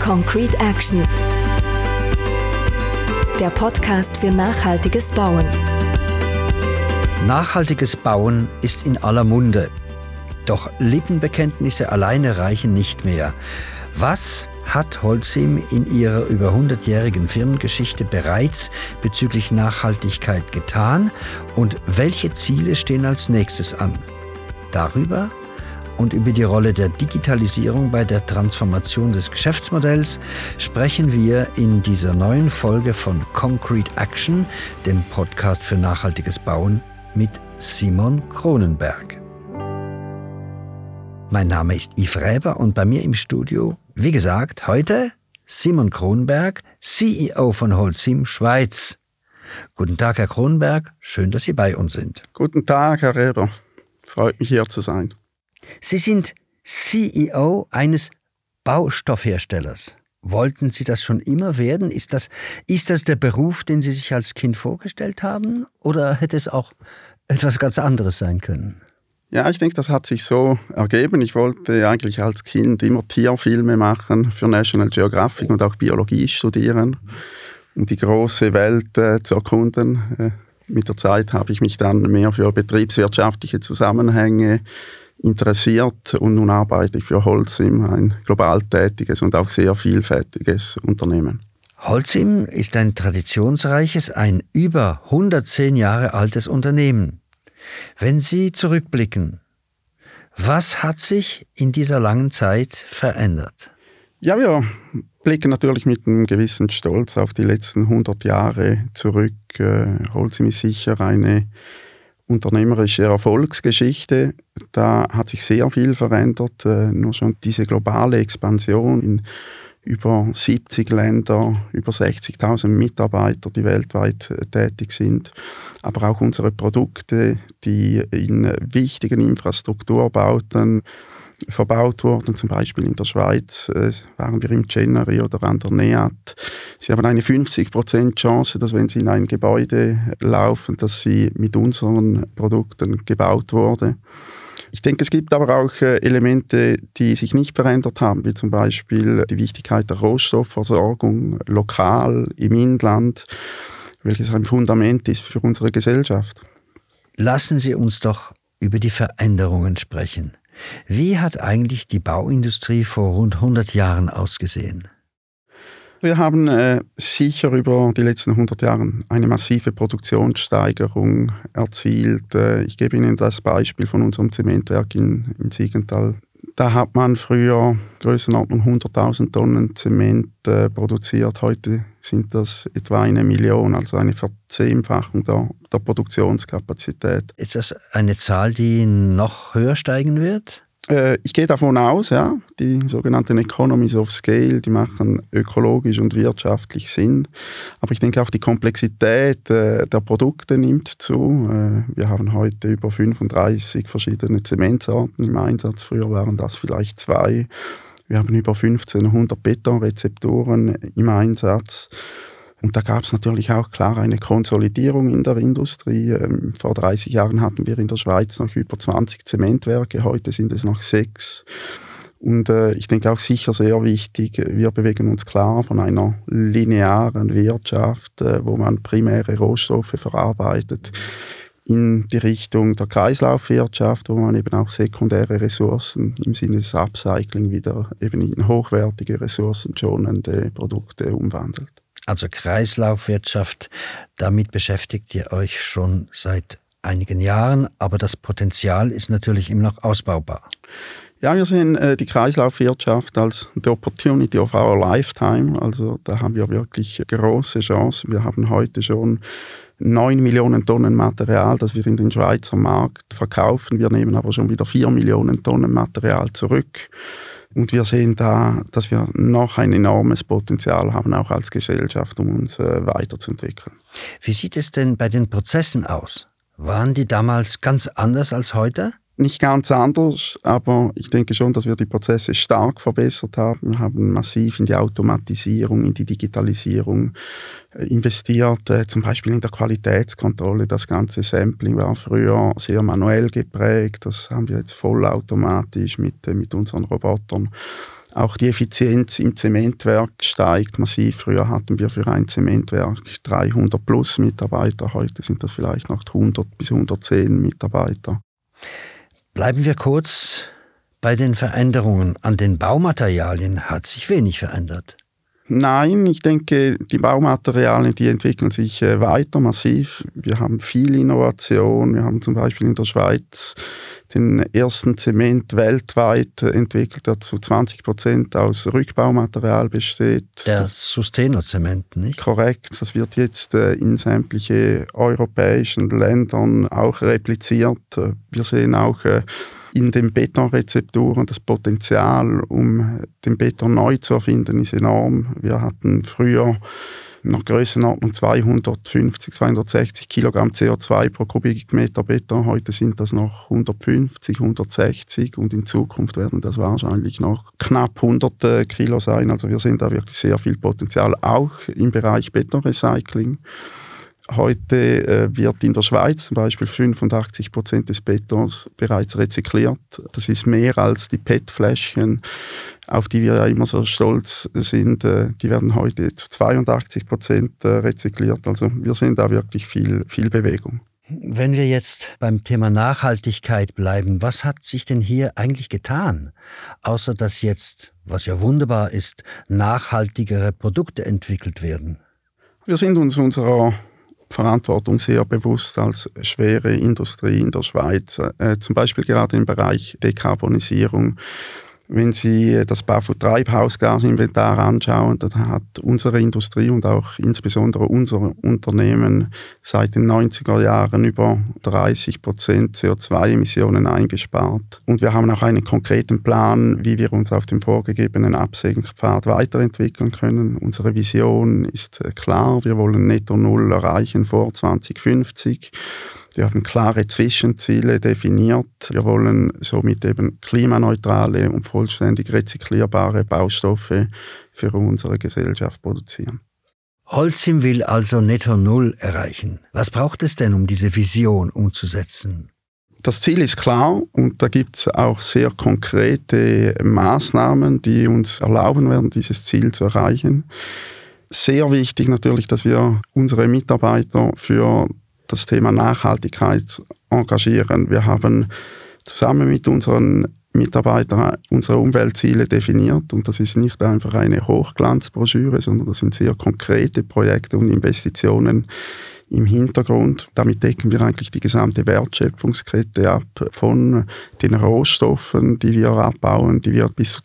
Concrete Action, der Podcast für nachhaltiges Bauen. Nachhaltiges Bauen ist in aller Munde. Doch Lippenbekenntnisse alleine reichen nicht mehr. Was hat Holcim in ihrer über 100-jährigen Firmengeschichte bereits bezüglich Nachhaltigkeit getan und welche Ziele stehen als nächstes an? Darüber und über die Rolle der Digitalisierung bei der Transformation des Geschäftsmodells sprechen wir in dieser neuen Folge von Concrete Action, dem Podcast für nachhaltiges Bauen, mit Simon Kronenberg. Mein Name ist Yves Räber und bei mir im Studio, wie gesagt, heute Simon Kronenberg, CEO von Holcim Schweiz. Guten Tag, Herr Kronenberg, schön, dass Sie bei uns sind. Guten Tag, Herr Räber. Freut mich, hier zu sein. Sie sind CEO eines Baustoffherstellers. Wollten Sie das schon immer werden? Ist das der Beruf, den Sie sich als Kind vorgestellt haben? Oder hätte es auch etwas ganz anderes sein können? Ja, ich denke, das hat sich so ergeben. Ich wollte eigentlich als Kind immer Tierfilme machen für National Geographic und auch Biologie studieren, um die große Welt zu erkunden. Mit der Zeit habe ich mich dann mehr für betriebswirtschaftliche Zusammenhänge interessiert und nun arbeite ich für Holcim, ein global tätiges und auch sehr vielfältiges Unternehmen. Holcim ist ein traditionsreiches, ein über 110 Jahre altes Unternehmen. Wenn Sie zurückblicken, was hat sich in dieser langen Zeit verändert? Ja, wir blicken natürlich mit einem gewissen Stolz auf die letzten 100 Jahre zurück. Holcim ist sicher eine unternehmerische Erfolgsgeschichte. Da hat sich sehr viel verändert. Nur schon diese globale Expansion in über 70 Länder, über 60.000 Mitarbeiter, die weltweit tätig sind. Aber auch unsere Produkte, die in wichtigen Infrastrukturbauten verbaut wurden, zum Beispiel in der Schweiz waren wir im Generi oder an der NEAT. Sie haben eine 50% Chance, dass wenn Sie in ein Gebäude laufen, dass sie mit unseren Produkten gebaut wurde. Ich denke, es gibt aber auch Elemente, die sich nicht verändert haben, wie zum Beispiel die Wichtigkeit der Rohstoffversorgung lokal im Inland, welches ein Fundament ist für unsere Gesellschaft. Lassen Sie uns doch über die Veränderungen sprechen. Wie hat eigentlich die Bauindustrie vor rund 100 Jahren ausgesehen? Wir haben sicher über die letzten 100 Jahre eine massive Produktionssteigerung erzielt. Ich gebe Ihnen das Beispiel von unserem Zementwerk in Siggenthal. Da hat man früher Größenordnung 100.000 Tonnen Zement produziert. Heute sind das etwa 1 Million, also eine Verzehnfachung der Produktionskapazität. Ist das eine Zahl, die noch höher steigen wird? Ich gehe davon aus, ja. Die sogenannten Economies of Scale, die machen ökologisch und wirtschaftlich Sinn. Aber ich denke auch die Komplexität der Produkte nimmt zu. Wir haben heute über 35 verschiedene Zementsorten im Einsatz. Früher waren das vielleicht 2. Wir haben über 1500 Betonrezeptoren im Einsatz. Und da gab es natürlich auch klar eine Konsolidierung in der Industrie. Vor 30 Jahren hatten wir in der Schweiz noch über 20 Zementwerke, heute sind es noch 6. Und ich denke auch sicher sehr wichtig, wir bewegen uns klar von einer linearen Wirtschaft, wo man primäre Rohstoffe verarbeitet, in die Richtung der Kreislaufwirtschaft, wo man eben auch sekundäre Ressourcen im Sinne des Upcycling wieder eben in hochwertige, ressourcenschonende Produkte umwandelt. Also Kreislaufwirtschaft, damit beschäftigt ihr euch schon seit einigen Jahren, aber das Potenzial ist natürlich immer noch ausbaubar. Ja, wir sehen die Kreislaufwirtschaft als the opportunity of our lifetime. Also da haben wir wirklich große Chancen. Wir haben heute schon 9 Millionen Tonnen Material, das wir in den Schweizer Markt verkaufen. Wir nehmen aber schon wieder 4 Millionen Tonnen Material zurück. Und wir sehen da, dass wir noch ein enormes Potenzial haben, auch als Gesellschaft, um uns weiterzuentwickeln. Wie sieht es denn bei den Prozessen aus? Waren die damals ganz anders als heute? Nicht ganz anders, aber ich denke schon, dass wir die Prozesse stark verbessert haben. Wir haben massiv in die Automatisierung, in die Digitalisierung investiert, zum Beispiel in der Qualitätskontrolle. Das ganze Sampling war früher sehr manuell geprägt. Das haben wir jetzt vollautomatisch mit unseren Robotern Auch die Effizienz im Zementwerk steigt massiv. Früher hatten wir für ein Zementwerk 300 plus Mitarbeiter, heute sind das vielleicht noch 100 bis 110 Mitarbeiter. Bleiben wir kurz bei den Veränderungen. An den Baumaterialien hat sich wenig verändert. Nein, ich denke, die Baumaterialien, die entwickeln sich weiter massiv. Wir haben viel Innovation. Wir haben zum Beispiel in der Schweiz den ersten Zement weltweit entwickelt, der zu 20% aus Rückbaumaterial besteht. Der Susteno-Zement, nicht? Korrekt. Das wird jetzt in sämtliche europäischen Ländern auch repliziert. Wir sehen auch in den Betonrezepturen das Potenzial, um den Beton neu zu erfinden, ist enorm. Wir hatten früher noch Grössenordnung 250, 260 Kilogramm CO2 pro Kubikmeter Beton. Heute sind das noch 150, 160 und in Zukunft werden das wahrscheinlich noch knapp 100 Kilo sein. Also wir sehen da wirklich sehr viel Potenzial, auch im Bereich Betonrecycling. Heute wird in der Schweiz zum Beispiel 85% des Betons bereits rezykliert. Das ist mehr als die PET-Fläschchen, auf die wir ja immer so stolz sind. Die werden heute zu 82% rezykliert. Also wir sehen da wirklich viel Bewegung. Wenn wir jetzt beim Thema Nachhaltigkeit bleiben, was hat sich denn hier eigentlich getan? Außer dass jetzt, was ja wunderbar ist, nachhaltigere Produkte entwickelt werden. Wir sind uns unserer Verantwortung sehr bewusst als schwere Industrie in der Schweiz, zum Beispiel gerade im Bereich Dekarbonisierung. Wenn Sie das BAFU-Treibhausgasinventar anschauen, dann hat unsere Industrie und auch insbesondere unser Unternehmen seit den 90er Jahren über 30% CO2-Emissionen eingespart. Und wir haben auch einen konkreten Plan, wie wir uns auf dem vorgegebenen Absenkpfad weiterentwickeln können. Unsere Vision ist klar, wir wollen Netto Null erreichen vor 2050. Wir haben klare Zwischenziele definiert. Wir wollen somit eben klimaneutrale und vollständig rezyklierbare Baustoffe für unsere Gesellschaft produzieren. Holcim will also Netto Null erreichen. Was braucht es denn, um diese Vision umzusetzen? Das Ziel ist klar und da gibt es auch sehr konkrete Maßnahmen, die uns erlauben werden, dieses Ziel zu erreichen. Sehr wichtig natürlich, dass wir unsere Mitarbeiter für das Thema Nachhaltigkeit engagieren. Wir haben zusammen mit unseren Mitarbeitern unsere Umweltziele definiert und das ist nicht einfach eine Hochglanzbroschüre, sondern das sind sehr konkrete Projekte und Investitionen im Hintergrund. Damit decken wir eigentlich die gesamte Wertschöpfungskette ab, von den Rohstoffen, die wir abbauen, die wir bis zu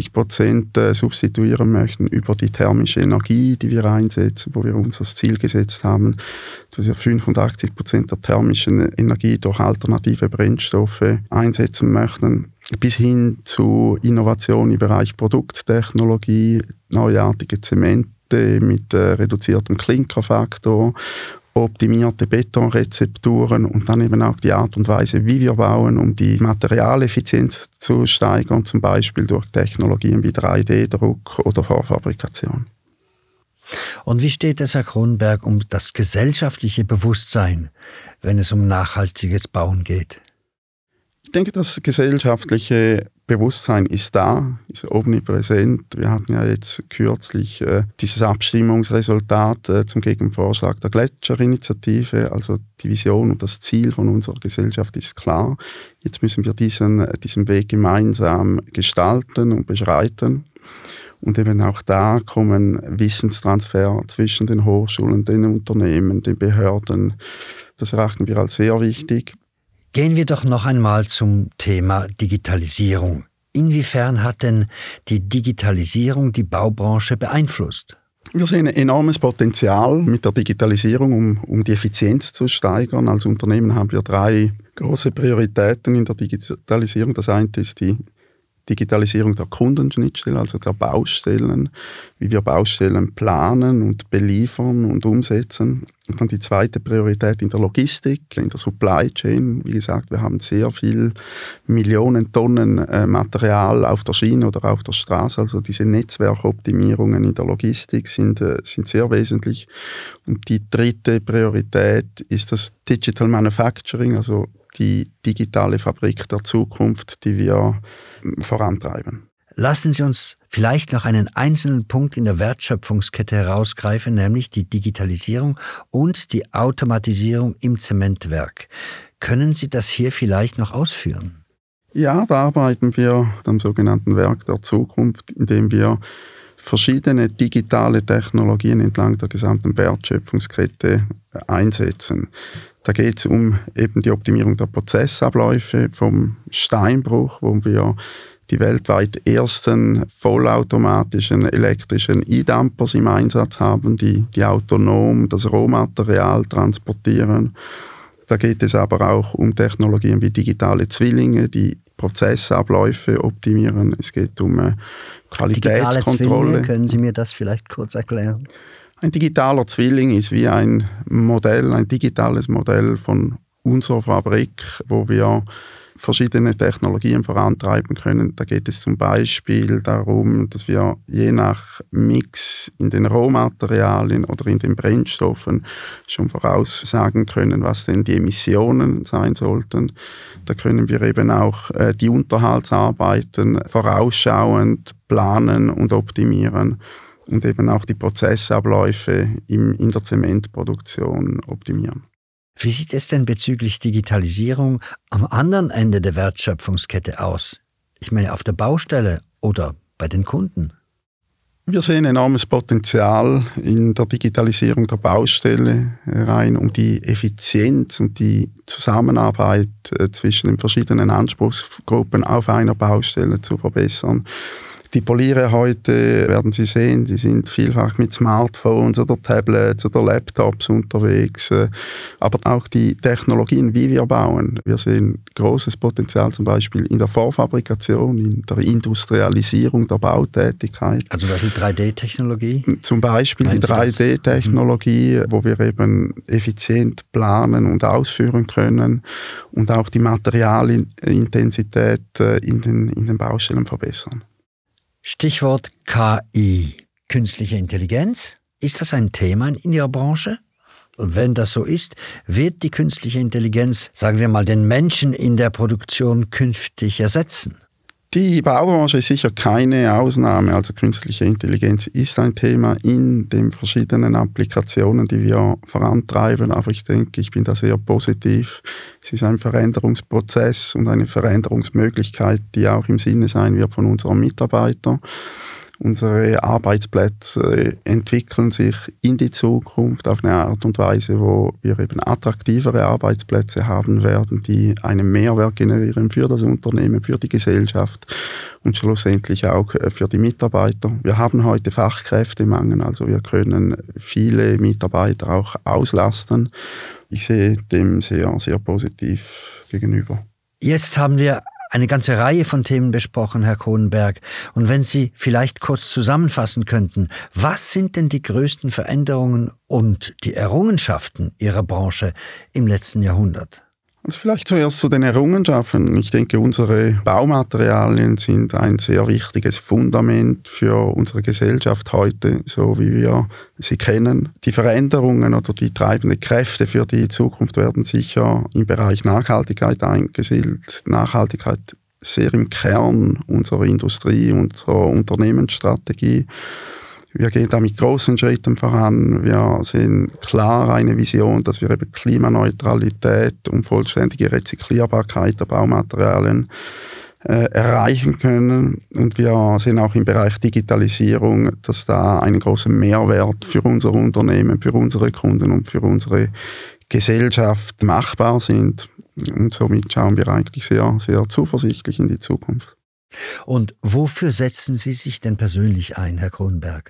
20% substituieren möchten, über die thermische Energie, die wir einsetzen, wo wir uns das Ziel gesetzt haben, dass wir 85% der thermischen Energie durch alternative Brennstoffe einsetzen möchten, bis hin zu Innovation im Bereich Produkttechnologie, neuartige Zemente mit reduziertem Klinkerfaktor, optimierte Betonrezepturen und dann eben auch die Art und Weise, wie wir bauen, um die Materialeffizienz zu steigern, zum Beispiel durch Technologien wie 3D-Druck oder Vorfabrikation. Und wie steht es, Herr Kronberg, um das gesellschaftliche Bewusstsein, wenn es um nachhaltiges Bauen geht? Ich denke, das gesellschaftliche Bewusstsein ist da, ist omnipräsent. Wir hatten ja jetzt kürzlich dieses Abstimmungsresultat zum Gegenvorschlag der Gletscherinitiative. Also die Vision und das Ziel von unserer Gesellschaft ist klar. Jetzt müssen wir diesen Weg gemeinsam gestalten und beschreiten. Und eben auch da kommen Wissenstransfer zwischen den Hochschulen, den Unternehmen, den Behörden. Das erachten wir als sehr wichtig. Gehen wir doch noch einmal zum Thema Digitalisierung. Inwiefern hat denn die Digitalisierung die Baubranche beeinflusst? Wir sehen ein enormes Potenzial mit der Digitalisierung, um die Effizienz zu steigern. Als Unternehmen haben wir 3 große Prioritäten in der Digitalisierung. Das eine ist die Digitalisierung der Kundenschnittstelle, also der Baustellen, wie wir Baustellen planen und beliefern und umsetzen. Und dann die zweite Priorität in der Logistik, in der Supply Chain. Wie gesagt, wir haben sehr viel Millionen Tonnen Material auf der Schiene oder auf der Straße. Also diese Netzwerkoptimierungen in der Logistik sind sehr wesentlich. Und die dritte Priorität ist das Digital Manufacturing, also die digitale Fabrik der Zukunft, die wir vorantreiben. Lassen Sie uns vielleicht noch einen einzelnen Punkt in der Wertschöpfungskette herausgreifen, nämlich die Digitalisierung und die Automatisierung im Zementwerk. Können Sie das hier vielleicht noch ausführen? Ja, da arbeiten wir am sogenannten Werk der Zukunft, indem wir verschiedene digitale Technologien entlang der gesamten Wertschöpfungskette einsetzen. Da geht es um eben die Optimierung der Prozessabläufe vom Steinbruch, wo wir die weltweit ersten vollautomatischen elektrischen E-Dumpers im Einsatz haben, die autonom das Rohmaterial transportieren. Da geht es aber auch um Technologien wie digitale Zwillinge, die Prozessabläufe optimieren. Es geht um Qualitätskontrolle. Digitale Zwillinge, können Sie mir das vielleicht kurz erklären? Ein digitaler Zwilling ist wie ein digitales Modell von unserer Fabrik, wo wir verschiedene Technologien vorantreiben können. Da geht es zum Beispiel darum, dass wir je nach Mix in den Rohmaterialien oder in den Brennstoffen schon voraussagen können, was denn die Emissionen sein sollten. Da können wir eben auch die Unterhaltsarbeiten vorausschauend planen und optimieren und eben auch die Prozessabläufe in der Zementproduktion optimieren. Wie sieht es denn bezüglich Digitalisierung am anderen Ende der Wertschöpfungskette aus? Ich meine auf der Baustelle oder bei den Kunden? Wir sehen enormes Potenzial in der Digitalisierung der Baustelle rein, um die Effizienz und die Zusammenarbeit zwischen den verschiedenen Anspruchsgruppen auf einer Baustelle zu verbessern. Die Poliere heute, werden Sie sehen, die sind vielfach mit Smartphones oder Tablets oder Laptops unterwegs. Aber auch die Technologien, wie wir bauen. Wir sehen großes Potenzial zum Beispiel in der Vorfabrikation, in der Industrialisierung der Bautätigkeit. Also welche 3D-Technologie? Zum Beispiel die 3D-Technologie, wo wir eben effizient planen und ausführen können und auch die Materialintensität in den Baustellen verbessern. Stichwort KI, künstliche Intelligenz. Ist das ein Thema in Ihrer Branche? Und wenn das so ist, wird die künstliche Intelligenz, sagen wir mal, den Menschen in der Produktion künftig ersetzen? Die Baubranche ist sicher keine Ausnahme. Also künstliche Intelligenz ist ein Thema in den verschiedenen Applikationen, die wir vorantreiben. Aber ich denke, ich bin da sehr positiv. Es ist ein Veränderungsprozess und eine Veränderungsmöglichkeit, die auch im Sinne sein wird von unseren Mitarbeitern. Unsere Arbeitsplätze entwickeln sich in die Zukunft auf eine Art und Weise, wo wir eben attraktivere Arbeitsplätze haben werden, die einen Mehrwert generieren für das Unternehmen, für die Gesellschaft und schlussendlich auch für die Mitarbeiter. Wir haben heute Fachkräftemangel, also wir können viele Mitarbeiter auch auslasten. Ich sehe dem sehr, sehr positiv gegenüber. Jetzt haben wir eine ganze Reihe von Themen besprochen, Herr Cronenberg. Und wenn Sie vielleicht kurz zusammenfassen könnten, was sind denn die größten Veränderungen und die Errungenschaften Ihrer Branche im letzten Jahrhundert? Also vielleicht zuerst zu den Errungenschaften. Ich denke, unsere Baumaterialien sind ein sehr wichtiges Fundament für unsere Gesellschaft heute, so wie wir sie kennen. Die Veränderungen oder die treibenden Kräfte für die Zukunft werden sicher im Bereich Nachhaltigkeit eingesiedelt. Nachhaltigkeit sehr im Kern unserer Industrie, unserer Unternehmensstrategie. Wir gehen da mit großen Schritten voran. Wir sehen klar eine Vision, dass wir eben Klimaneutralität und vollständige Rezyklierbarkeit der Baumaterialien erreichen können. Und wir sehen auch im Bereich Digitalisierung, dass da einen großen Mehrwert für unser Unternehmen, für unsere Kunden und für unsere Gesellschaft machbar sind. Und somit schauen wir eigentlich sehr, sehr zuversichtlich in die Zukunft. Und wofür setzen Sie sich denn persönlich ein, Herr Cronenberg?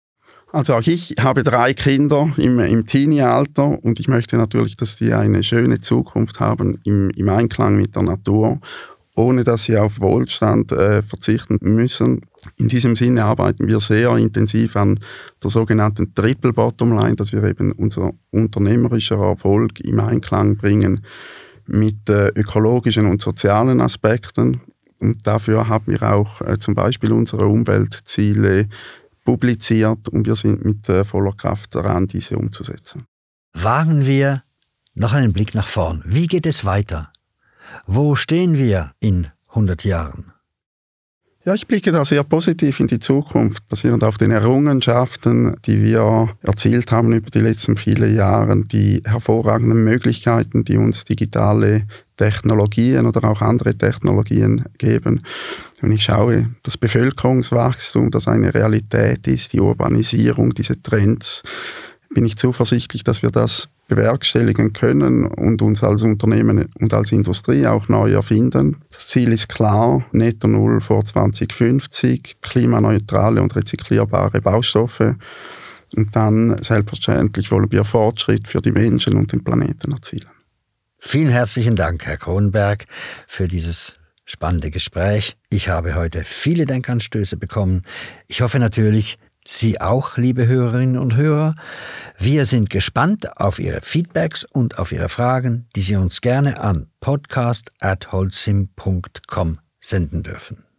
Also auch ich habe 3 Kinder im Teenie-Alter und ich möchte natürlich, dass die eine schöne Zukunft haben im Einklang mit der Natur, ohne dass sie auf Wohlstand verzichten müssen. In diesem Sinne arbeiten wir sehr intensiv an der sogenannten Triple Bottom Line, dass wir eben unser unternehmerischer Erfolg im Einklang bringen mit ökologischen und sozialen Aspekten. Und dafür haben wir auch zum Beispiel unsere Umweltziele publiziert und wir sind mit voller Kraft daran, diese umzusetzen. Wagen wir noch einen Blick nach vorn. Wie geht es weiter? Wo stehen wir in 100 Jahren? Ja, ich blicke da sehr positiv in die Zukunft, basierend auf den Errungenschaften, die wir erzielt haben über die letzten vielen Jahre, die hervorragenden Möglichkeiten, die uns digitale Technologien oder auch andere Technologien geben. Wenn ich schaue, das Bevölkerungswachstum, das eine Realität ist, die Urbanisierung, diese Trends, bin ich zuversichtlich, dass wir das bewerkstelligen können und uns als Unternehmen und als Industrie auch neu erfinden. Das Ziel ist klar, Netto Null vor 2050, klimaneutrale und rezyklierbare Baustoffe. Und dann selbstverständlich wollen wir Fortschritt für die Menschen und den Planeten erzielen. Vielen herzlichen Dank, Herr Kronberg, für dieses spannende Gespräch. Ich habe heute viele Denkanstöße bekommen. Ich hoffe natürlich, Sie auch, liebe Hörerinnen und Hörer. Wir sind gespannt auf Ihre Feedbacks und auf Ihre Fragen, die Sie uns gerne an podcast@holcim.com senden dürfen.